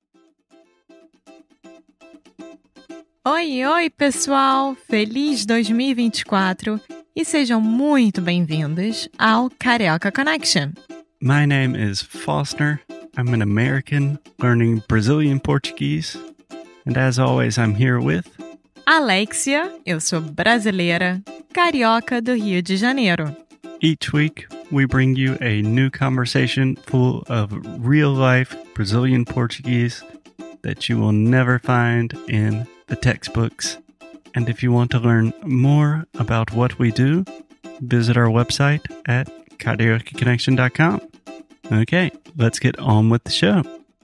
Oi, pessoal! Feliz 2024 e sejam muito bem-vindos ao Carioca Connection. My name is Foster. I'm an American learning Brazilian Portuguese. And as always, I'm here with... Alexia, eu sou brasileira, carioca do Rio de Janeiro. Each week, we bring you a new conversation full of real-life Brazilian Portuguese that you will never find in the textbooks. And if you want to learn more about what we do, visit our website at cariocaconnection.com. Okay, let's get on with the show.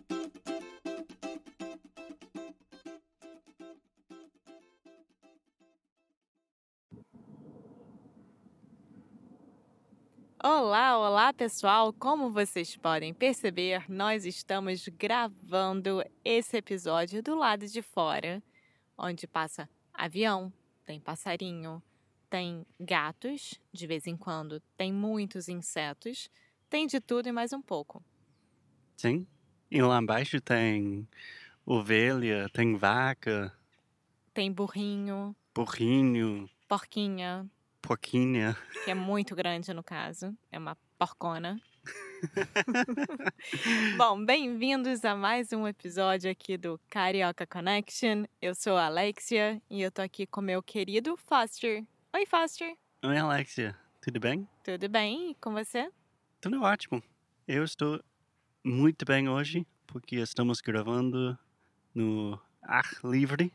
Olá, pessoal! Como vocês podem perceber, nós estamos gravando esse episódio do lado de fora, onde passa avião, tem passarinho, tem gatos, de vez em quando, tem muitos insetos, tem de tudo e mais um pouco. Sim, e lá embaixo tem ovelha, tem vaca, Tem burrinho, burrinho, porquinha, porquinha. que é muito grande no caso, é uma porcona. Bom, bem-vindos a mais um episódio aqui do Carioca Connection. Eu sou a Alexia e eu tô aqui com meu querido Foster. Oi, Foster. Oi, Alexia. Tudo bem? Tudo bem? E com você? Tudo ótimo. Eu estou muito bem hoje, porque estamos gravando no ar livre.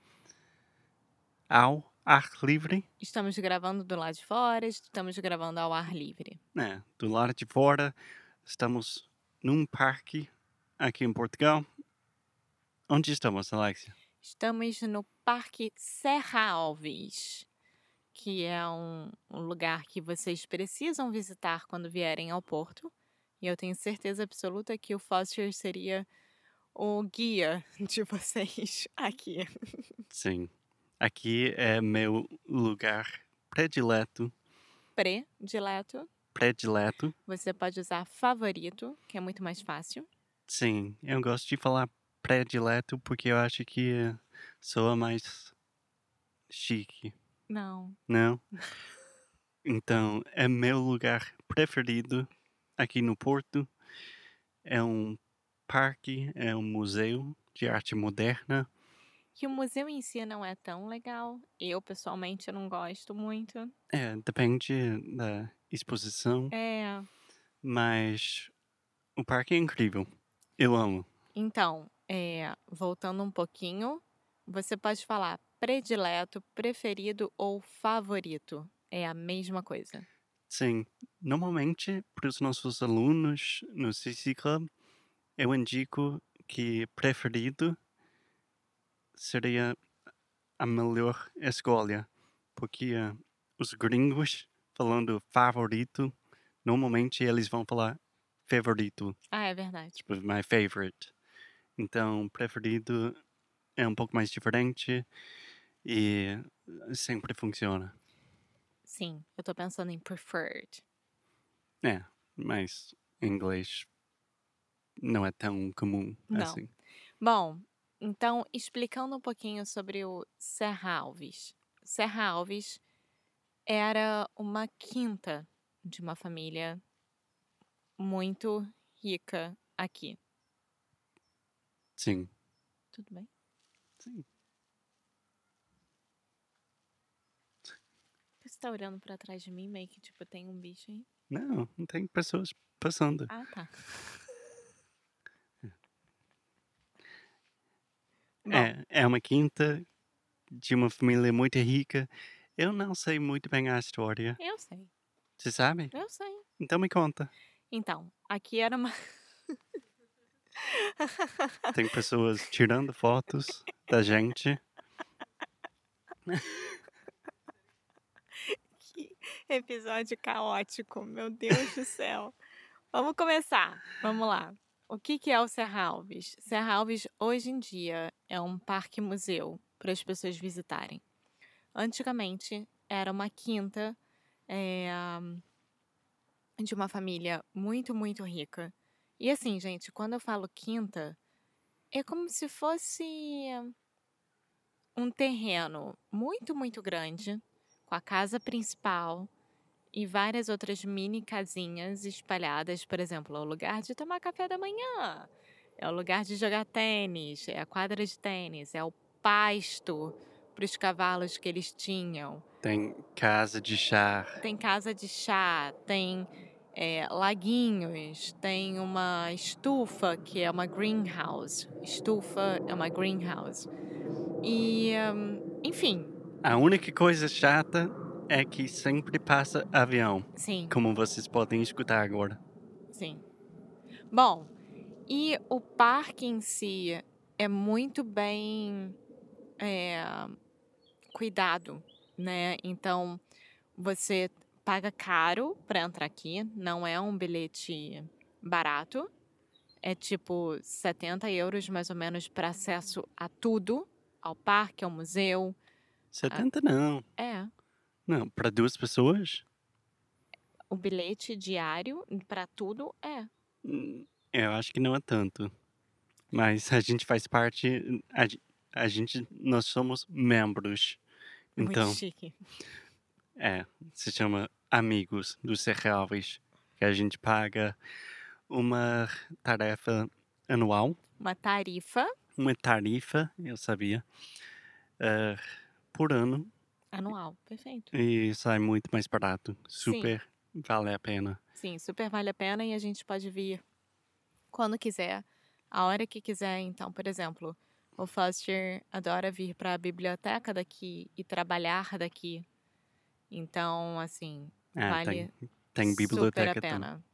Ao ar livre. Estamos gravando do lado de fora, estamos gravando ao ar livre. Do lado de fora, estamos num parque aqui em Portugal. Onde estamos, Alexia? Estamos no Parque Serra Alves, que é um lugar que vocês precisam visitar quando vierem ao Porto. E eu tenho certeza absoluta que o Foster seria o guia de vocês aqui. Sim. Aqui é meu lugar predileto. Predileto. Você pode usar favorito, que é muito mais fácil. Sim, eu gosto de falar predileto porque eu acho que soa mais chique. Não. Não? Então, é meu lugar preferido aqui no Porto. É um parque, é um museu de arte moderna. Que o museu em si não é tão legal. Eu, pessoalmente, não gosto muito. Depende da exposição, mas o parque é incrível. Eu amo. Então, voltando um pouquinho, você pode falar predileto, preferido ou favorito. É a mesma coisa. Sim, normalmente para os nossos alunos no CC Club, eu indico que preferido seria a melhor escolha, porque os gringos falando favorito, normalmente eles vão falar favorito. Ah, é verdade. Tipo, my favorite. Então, preferido é um pouco mais diferente e sempre funciona. Sim, eu tô pensando em preferred. Mas em inglês não é tão comum assim. Bom, então, explicando um pouquinho sobre o Serra Alves. Serra Alves era uma quinta de uma família muito rica aqui. Sim. Tudo bem? Sim. Você tá olhando pra trás de mim, meio que tipo, tem um bicho aí? Não tem pessoas passando. Ah, tá. É uma quinta de uma família muito rica. Eu não sei muito bem a história. Eu sei. Você sabe? Eu sei. Então me conta. Então, aqui era uma... Tem pessoas tirando fotos da gente. Que episódio caótico, meu Deus do céu. Vamos começar. Vamos lá. O que é o Serra Alves? Serra Alves, hoje em dia, é um parque-museu para as pessoas visitarem. Antigamente, era uma quinta de uma família muito, muito rica. E assim, gente, quando eu falo quinta, É como se fosse um terreno muito, muito grande, com a casa principal e várias outras mini casinhas espalhadas. Por exemplo, é o lugar de tomar café da manhã, é o lugar de jogar tênis, é a quadra de tênis, é o pasto para os cavalos que eles tinham. Tem casa de chá. Tem casa de chá, tem laguinhos, tem uma estufa que é uma greenhouse. Estufa é uma greenhouse. E, enfim, A única coisa chata é que sempre passa avião, sim, como vocês podem escutar agora. sim. Bom, e o parque em si é muito bem eh, cuidado, né? Então, você paga caro para entrar aqui, não é um bilhete barato. É tipo 70 euros mais ou menos para acesso a tudo, ao parque, ao museu. 70 não. É, Não, para 2 pessoas? o bilhete diário para tudo é. Eu acho que não é tanto. Mas a gente faz parte, nós somos membros. Muito Então, chique. se chama Amigos dos Serráveis, que a gente paga uma tarefa anual, Uma tarifa uma tarifa, eu sabia, eh, por ano, anual, perfeito. e sai muito mais barato. Sim, Super vale a pena. sim, super vale a pena e a gente pode vir quando quiser, a hora que quiser. Então, por exemplo, o Foster adora vir para a biblioteca daqui e trabalhar daqui. Então, assim, Ah, vale tem super a biblioteca também. pena.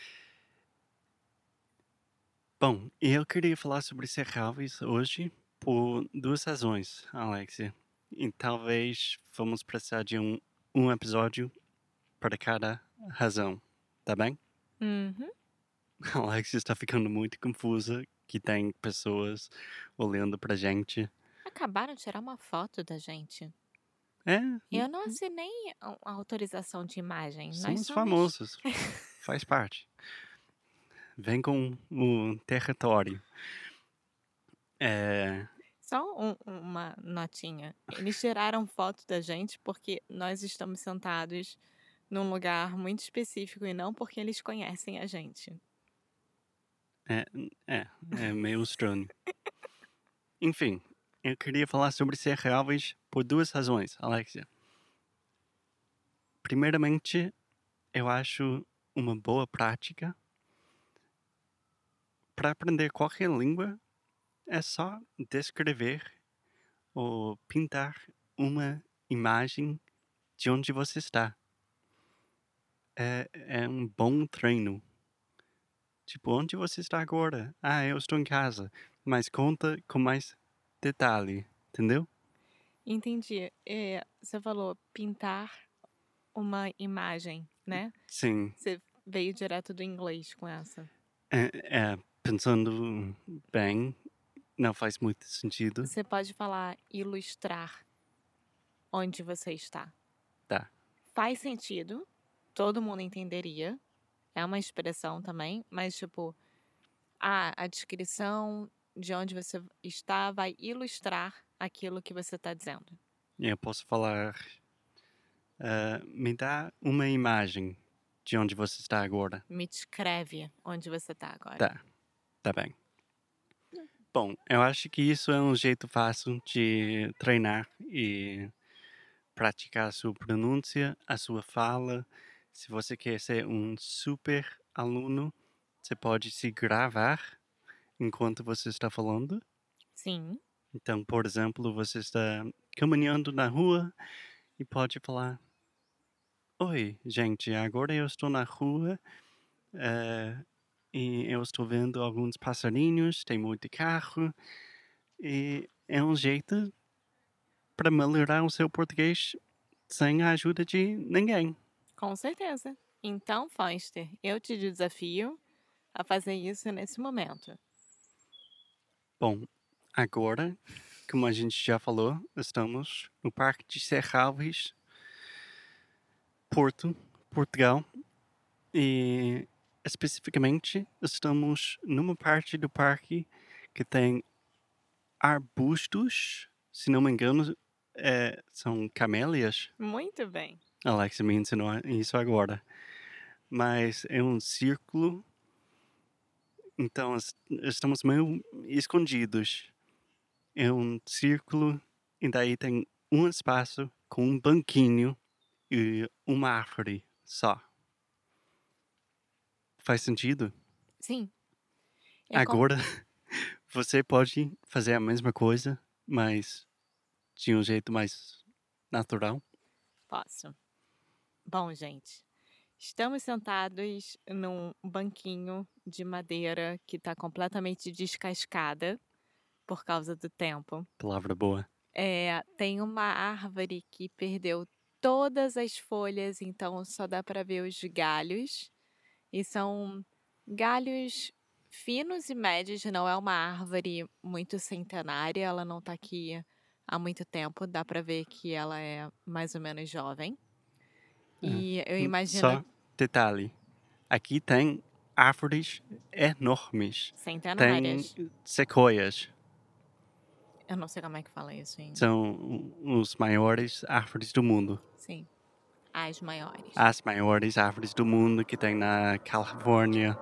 Bom, eu queria falar sobre Serráveis hoje por 2 razões, Alexia. E talvez vamos precisar de um episódio para cada razão, tá bem? Uhum. A Alexia está ficando muito confusa que tem pessoas olhando pra gente. Acabaram de tirar uma foto da gente. É, Eu não assinei a autorização de imagem. Nós somos somos. famosos, faz parte. Vem com o território. É, Só uma notinha. Eles tiraram foto da gente porque nós estamos sentados num lugar muito específico e não porque eles conhecem a gente. é, é meio estranho. Enfim, eu queria falar sobre Serráveis por 2 razões, Alexia. Primeiramente, eu acho uma boa prática para aprender qualquer língua é só descrever ou pintar uma imagem de onde você está. É um bom treino. Tipo, onde você está agora? Ah, eu estou em casa. Mas conta com mais detalhe, entendeu? Entendi. Você falou pintar uma imagem, né? Sim. Você veio direto do inglês com essa. Pensando bem, não faz muito sentido. Você pode falar ilustrar onde você está. Tá. Faz sentido, todo mundo entenderia. É uma expressão também, mas tipo, a descrição de onde você está vai ilustrar aquilo que você está dizendo. Eu posso falar. Me dá uma imagem de onde você está agora. Me descreve onde você está agora. Tá bem. Bom, eu acho que isso é um jeito fácil de treinar e praticar a sua pronúncia, a sua fala. Se você quer ser um super aluno, você pode se gravar enquanto você está falando. Sim, Então, por exemplo, você está caminhando na rua e pode falar: Oi, gente, agora eu estou na rua e eu estou vendo alguns passarinhos, tem muito carro. E é um jeito para melhorar o seu português sem a ajuda de ninguém. com certeza. Então, Foster, eu te desafio a fazer isso nesse momento. Bom, agora, como a gente já falou, estamos no Parque de Serralves, Porto, Portugal, e especificamente estamos numa parte do parque que tem arbustos, se não me engano, são camélias. Muito bem. Alexa me ensinou isso agora. Mas é um círculo, então estamos meio escondidos. É um círculo e daí tem um espaço com um banquinho e uma árvore só. Faz sentido? Sim. Agora você pode fazer a mesma coisa, mas de um jeito mais natural. Posso. Bom, gente, estamos sentados num banquinho de madeira que está completamente descascada por causa do tempo. Palavra boa. Tem uma árvore que perdeu todas as folhas, então só dá para ver os galhos. E são galhos finos e médios, não é uma árvore muito centenária, ela não está aqui há muito tempo, dá para ver que ela é mais ou menos jovem. E eu imagino Só detalhe. Aqui tem árvores enormes. Tem centenárias. sequoias. Eu não sei como é que fala isso em São os maiores árvores do mundo. sim, as maiores. As maiores árvores do mundo que tem na Califórnia.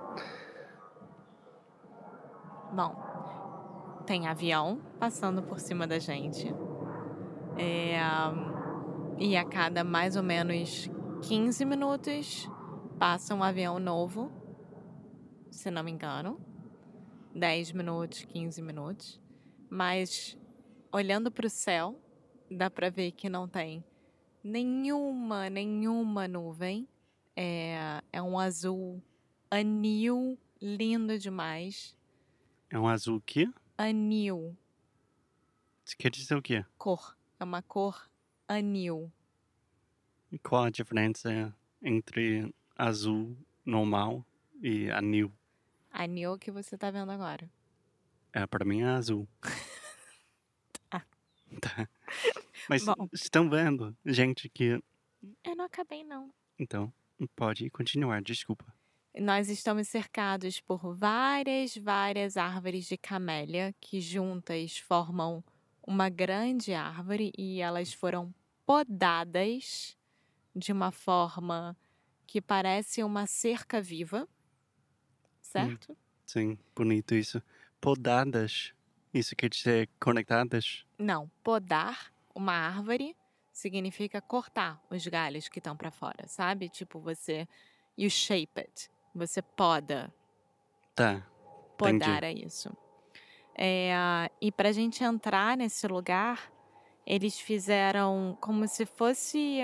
Bom, tem avião passando por cima da gente. E a cada mais ou menos 15 minutos passa um avião novo, se não me engano. 10 minutos, 15 minutos. Mas olhando para o céu, dá para ver que não tem nenhuma nuvem. É um azul anil, lindo demais. É um azul o quê? Anil, Isso quer dizer o quê? cor. É uma cor anil. E qual a diferença entre azul normal e anil? Anil que você tá vendo agora. Para mim é azul. Tá. Tá. Mas Bom. estão vendo, gente, que... Eu não acabei, não. Então, pode continuar, desculpa. Nós estamos cercados por várias árvores de camélia que juntas formam uma grande árvore e elas foram podadas de uma forma que parece uma cerca viva, certo? Sim, bonito isso. Podadas, isso quer dizer conectadas? Não, podar uma árvore significa cortar os galhos que estão para fora, sabe? Tipo you shape it, você poda. Tá, Podar entendi. é isso. E para a gente entrar nesse lugar, eles fizeram como se fosse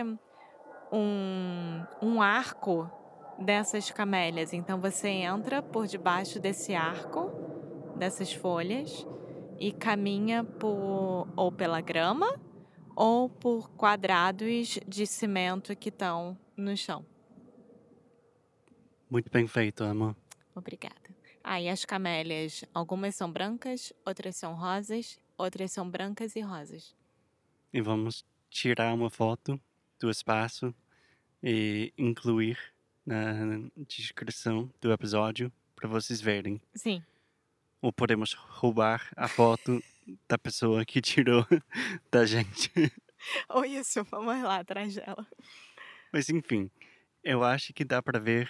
um arco dessas camélias. Então você entra por debaixo desse arco, dessas folhas, e caminha ou pela grama ou por quadrados de cimento que estão no chão. Muito bem feito, amor. Obrigada. E as camélias, algumas são brancas, outras são rosas, outras são brancas e rosas. E vamos tirar uma foto do espaço e incluir na descrição do episódio para vocês verem. Sim. Ou podemos roubar a foto da pessoa que tirou da gente. Ou isso, vamos lá atrás dela. Mas enfim, eu acho que dá para ver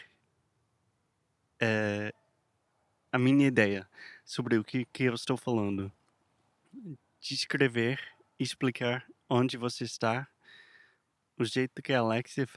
a minha ideia sobre o que eu estou falando. Descrever, explicar onde você está, o jeito que a Alexia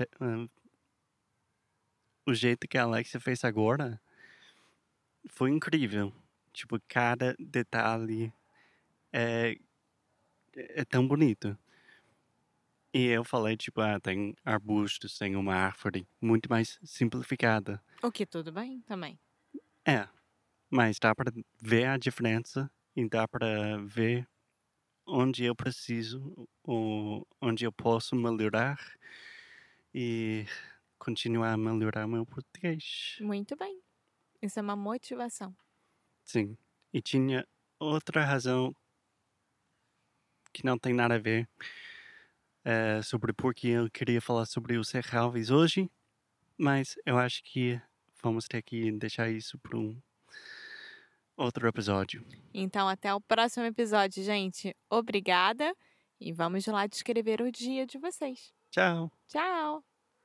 fez agora foi incrível. Tipo, cada detalhe é tão bonito. E eu falei, tipo, tem arbustos, tem uma árvore, muito mais simplificada. O que tudo bem também. Mas dá para ver a diferença e dá para ver onde eu preciso ou onde eu posso melhorar e continuar a melhorar meu português. Muito bem. Isso é uma motivação. Sim. E tinha outra razão que não tem nada a ver sobre por que eu queria falar sobre os Serralves hoje, mas eu acho que vamos ter que deixar isso para outro episódio. Então, até o próximo episódio, gente. Obrigada. E vamos lá descrever o dia de vocês. Tchau. Tchau!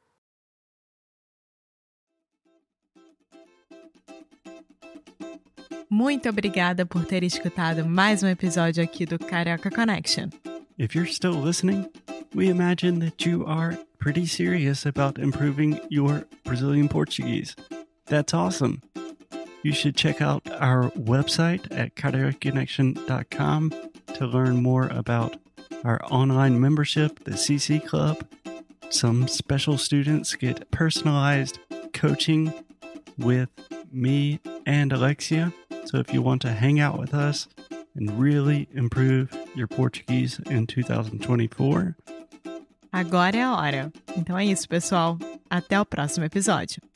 Muito obrigada por ter escutado mais um episódio aqui do Carioca Connection. If you're still listening, we imagine that you are pretty serious about improving your Brazilian Portuguese. That's awesome. You should check out our website at cariocaconnection.com to learn more about our online membership, the CC Club. Some special students get personalized coaching with me and Alexia. So if you want to hang out with us and really improve your Portuguese in 2024. Agora é a hora. Então é isso, pessoal. Até o próximo episódio.